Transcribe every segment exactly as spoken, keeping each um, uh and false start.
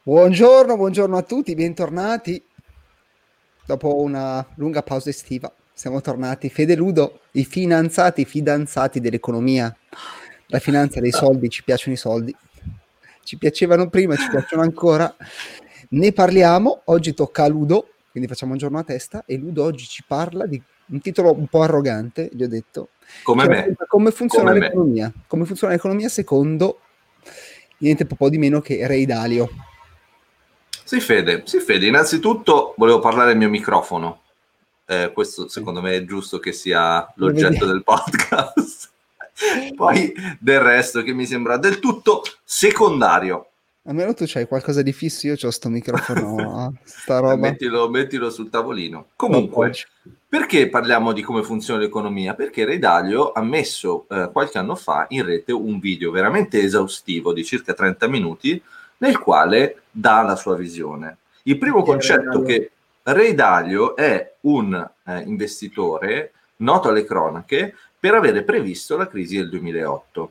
Buongiorno, buongiorno a tutti, bentornati. Dopo una lunga pausa estiva siamo tornati. Fede Ludo, i finanziati, i fidanzati dell'economia. La finanza dei soldi, ci piacciono i soldi. Ci piacevano prima, ci piacciono ancora. Ne parliamo, oggi tocca a Ludo, quindi facciamo un giorno a testa e Ludo oggi ci parla di un titolo un po' arrogante, gli ho detto. Come me. Come funziona Come l'economia. me. Come funziona l'economia secondo niente po' di meno che Ray Dalio. Sì Fede, sì Fede, innanzitutto volevo parlare al mio microfono, eh, questo secondo me è giusto che sia l'oggetto del podcast, poi del resto che mi sembra del tutto secondario. Almeno tu c'hai qualcosa di fisso, io c'ho sto microfono, sta roba. mettilo, mettilo sul tavolino. Comunque, perché parliamo di come funziona l'economia? Perché Ray Dalio ha messo eh, qualche anno fa in rete un video veramente esaustivo di circa trenta minuti nel quale dà la sua visione. Il primo concetto che Ray Dalio è un eh, investitore noto alle cronache per avere previsto la crisi del duemilaotto.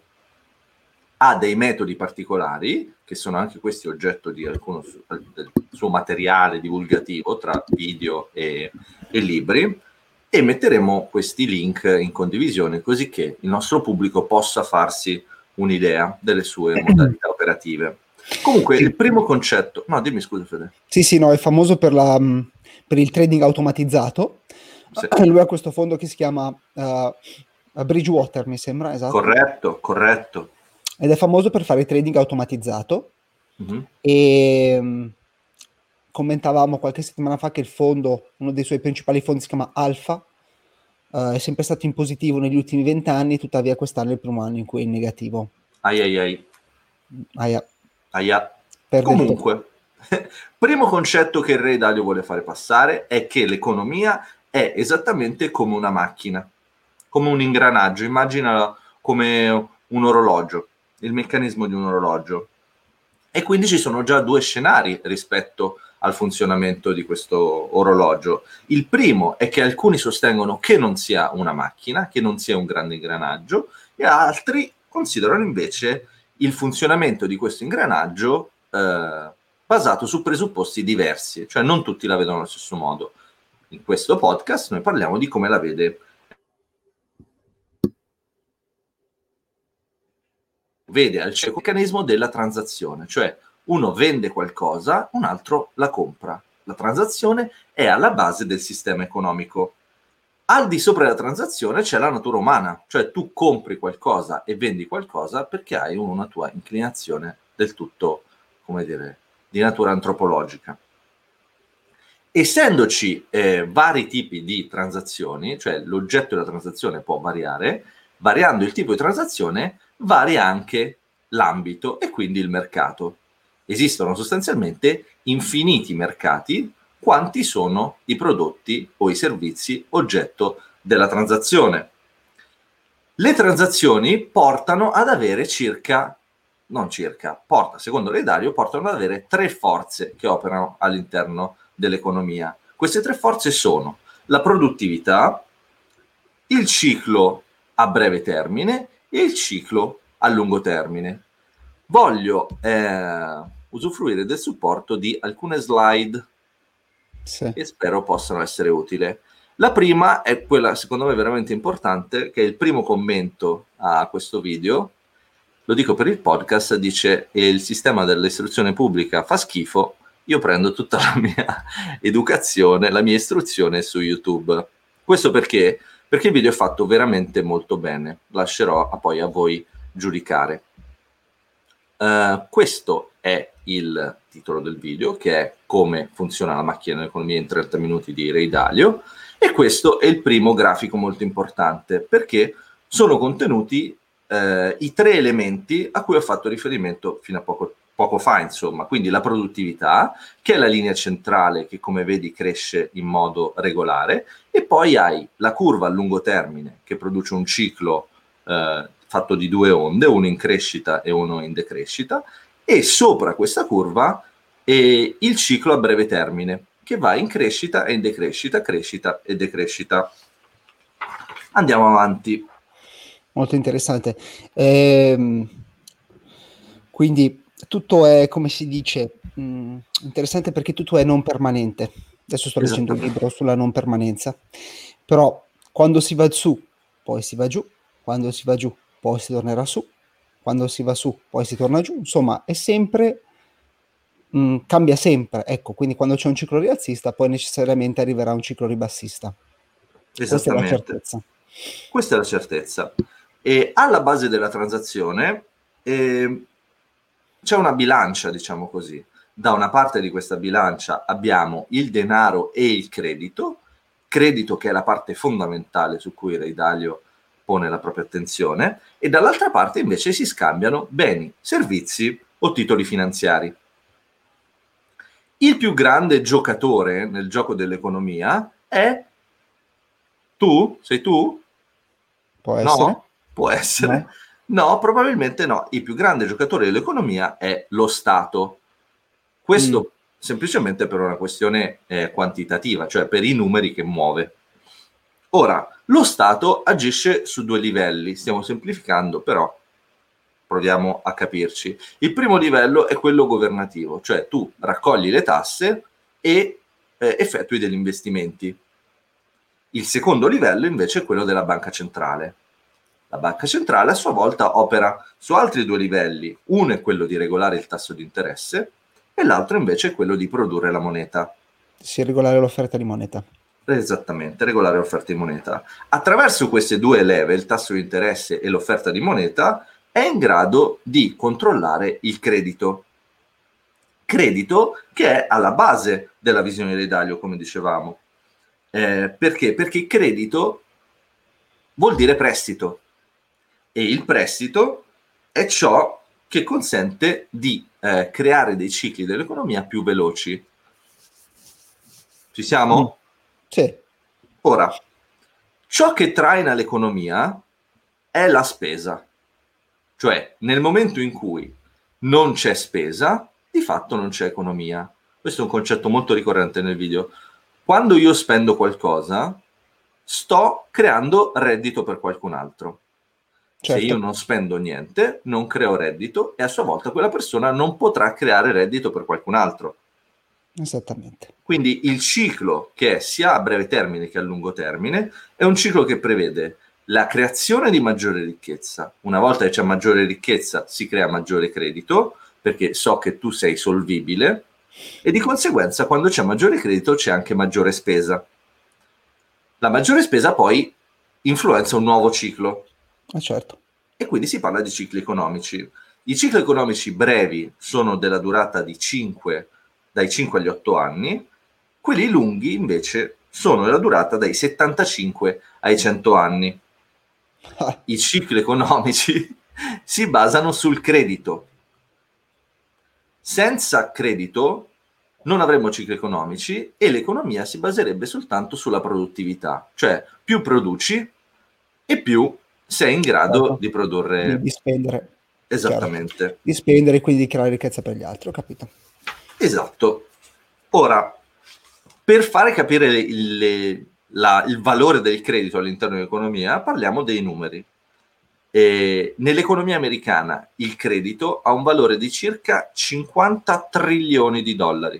Ha dei metodi particolari, che sono anche questi oggetto di alcuno su, del suo materiale divulgativo tra video e, e libri, e metteremo questi link in condivisione così che il nostro pubblico possa farsi un'idea delle sue modalità operative. Comunque, sì. Il primo concetto... No, dimmi scusa, Fede. Sì, sì, no, è famoso per, la, per il trading automatizzato. Sì. Lui ha questo fondo che si chiama uh, Bridgewater, mi sembra, esatto. Corretto, corretto. Ed è famoso per fare trading automatizzato. Mm-hmm. E um, commentavamo qualche settimana fa che il fondo, uno dei suoi principali fondi, si chiama Alpha, uh, è sempre stato in positivo negli ultimi vent'anni, tuttavia quest'anno è il primo anno in cui è in negativo. Ai ai ai. Aia. Aia. Comunque, primo concetto che il Ray Dalio vuole fare passare è che l'economia è esattamente come una macchina, come un ingranaggio, immaginala come un orologio, il meccanismo di un orologio. E quindi ci sono già due scenari rispetto al funzionamento di questo orologio. Il primo è che alcuni sostengono che non sia una macchina, che non sia un grande ingranaggio, e altri considerano invece il funzionamento di questo ingranaggio eh, basato su presupposti diversi, cioè non tutti la vedono allo stesso modo. In questo podcast noi parliamo di come la vede vede al centro il meccanismo della transazione, cioè uno vende qualcosa, un altro la compra. La transazione è alla base del sistema economico. Al di sopra della transazione c'è la natura umana, cioè tu compri qualcosa e vendi qualcosa perché hai una tua inclinazione del tutto, come dire, di natura antropologica. Essendoci eh, vari tipi di transazioni, cioè l'oggetto della transazione può variare, variando il tipo di transazione varia anche l'ambito e quindi il mercato. Esistono sostanzialmente infiniti mercati quanti sono i prodotti o i servizi oggetto della transazione. Le transazioni portano ad avere circa, non circa, porta, secondo Ray Dalio, portano ad avere tre forze che operano all'interno dell'economia. Queste tre forze sono la produttività, il ciclo a breve termine e il ciclo a lungo termine. Voglio eh, usufruire del supporto di alcune slide sì. che spero possano essere utili. La prima è quella, secondo me, veramente importante, che è il primo commento a questo video. Lo dico per il podcast, dice: il sistema dell'istruzione pubblica fa schifo, io prendo tutta la mia educazione, la mia istruzione su YouTube. Questo perché? Perché il video è fatto veramente molto bene. Lascerò a poi a voi giudicare. Uh, questo è il titolo del video, che è come funziona la macchina dell'economia in trenta minuti di Ray Dalio, e questo è il primo grafico molto importante perché sono contenuti uh, i tre elementi a cui ho fatto riferimento fino a poco, poco fa, insomma, quindi la produttività, che è la linea centrale che, come vedi, cresce in modo regolare, e poi hai la curva a lungo termine che produce un ciclo uh, fatto di due onde, uno in crescita e uno in decrescita, e sopra questa curva è il ciclo a breve termine, che va in crescita e in decrescita, crescita e decrescita. Andiamo avanti. Molto interessante. Ehm, quindi tutto è, come si dice, mh, interessante perché tutto è non permanente. Adesso sto leggendo un libro sulla non permanenza, però quando si va su, poi si va giù, quando si va giù, poi si tornerà su, quando si va su, poi si torna giù, insomma è sempre, mh, cambia sempre, ecco, quindi quando c'è un ciclo rialzista poi necessariamente arriverà un ciclo ribassista. Questa è la certezza. Questa è la certezza. E alla base della transazione eh, c'è una bilancia, diciamo così. Da una parte di questa bilancia abbiamo il denaro e il credito, credito che è la parte fondamentale su cui Ray Dalio pone la propria attenzione, e dall'altra parte invece si scambiano beni, servizi o titoli finanziari. Il più grande giocatore nel gioco dell'economia è tu? Sei tu? Può essere? No? Può essere. No. no, probabilmente no. Il più grande giocatore dell'economia è lo Stato. Questo mm. semplicemente per una questione eh, quantitativa, cioè per i numeri che muove. Ora, lo Stato agisce su due livelli, stiamo semplificando, però proviamo a capirci. Il primo livello è quello governativo, cioè tu raccogli le tasse e eh, effettui degli investimenti. Il secondo livello invece è quello della banca centrale. La banca centrale a sua volta opera su altri due livelli. Uno è quello di regolare il tasso di interesse e l'altro invece è quello di produrre la moneta. Si regolare l'offerta di moneta. Esattamente, regolare l'offerta di moneta. Attraverso queste due leve, il tasso di interesse e l'offerta di moneta, è in grado di controllare il credito. Credito che è alla base della visione di Dalio, come dicevamo. Eh, perché? Perché il credito vuol dire prestito e il prestito è ciò che consente di eh, creare dei cicli dell'economia più veloci. Ci siamo? Mm. Sì. Ora, ciò che traina l'economia è la spesa, cioè nel momento in cui non c'è spesa, di fatto non c'è economia. Questo è un concetto molto ricorrente nel video. Quando io spendo qualcosa, sto creando reddito per qualcun altro. Certo. Se io non spendo niente, non creo reddito e a sua volta quella persona non potrà creare reddito per qualcun altro. Esattamente. Quindi il ciclo, che è sia a breve termine che a lungo termine, è un ciclo che prevede la creazione di maggiore ricchezza. Una volta che c'è maggiore ricchezza si crea maggiore credito, perché so che tu sei solvibile, e di conseguenza quando c'è maggiore credito c'è anche maggiore spesa. La maggiore spesa poi influenza un nuovo ciclo. Ah, certo. E quindi si parla di cicli economici. I cicli economici brevi sono della durata di cinque, dai cinque agli otto anni, quelli lunghi invece sono della durata dai settantacinque ai cento anni. Ah. I cicli economici si basano sul credito. Senza credito non avremmo cicli economici e l'economia si baserebbe soltanto sulla produttività, cioè più produci e più sei in grado certo. di produrre... Di, di spendere. Esattamente. Certo. Di spendere e quindi di creare ricchezza per gli altri, ho capito. Esatto. Ora, per fare capire le, le, la, il valore del credito all'interno dell'economia, parliamo dei numeri. E nell'economia americana il credito ha un valore di circa cinquanta trilioni di dollari.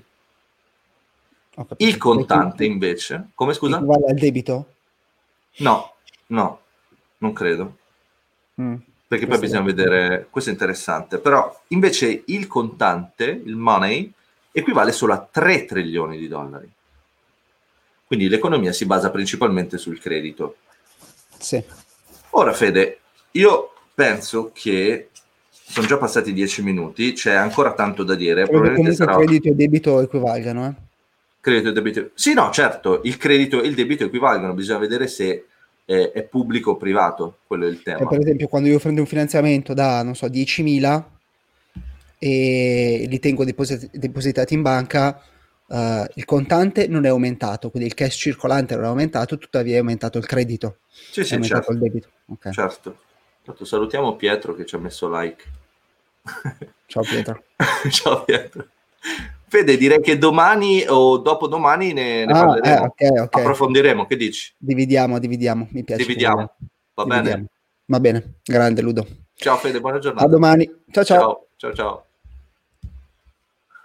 Il contante invece, come scusa? Equivale al debito? No, no, non credo. Mm, perché poi bisogna vedere, questo è interessante, però invece il contante, il money, equivale solo a tre trilioni di dollari. Quindi l'economia si basa principalmente sul credito. Sì. Ora Fede, io penso che sono già passati dieci minuti, c'è ancora tanto da dire. Probabilmente sarà... credito e debito equivalgano, eh? Credito e debito. Sì, no, certo, il credito e il debito equivalgono, bisogna vedere se è, è pubblico o privato, quello è il tema. Eh, per esempio, quando io prendo un finanziamento da, non so, diecimila e li tengo deposit- depositati in banca, uh, il contante non è aumentato, quindi il cash circolante non è aumentato, tuttavia è aumentato il credito. Sì, è sì, aumentato certo. il debito. Okay. Certo. Tanto salutiamo Pietro che ci ha messo like. Ciao Pietro. Ciao Pietro. Fede, direi che domani o dopodomani ne, ne ah, parleremo, eh, okay, okay. approfondiremo, che dici? Dividiamo, dividiamo, mi piace. Dividiamo, va dividiamo. bene? Va bene, grande Ludo. Ciao Fede, buona giornata. A domani, ciao ciao. Ciao, ciao, ciao.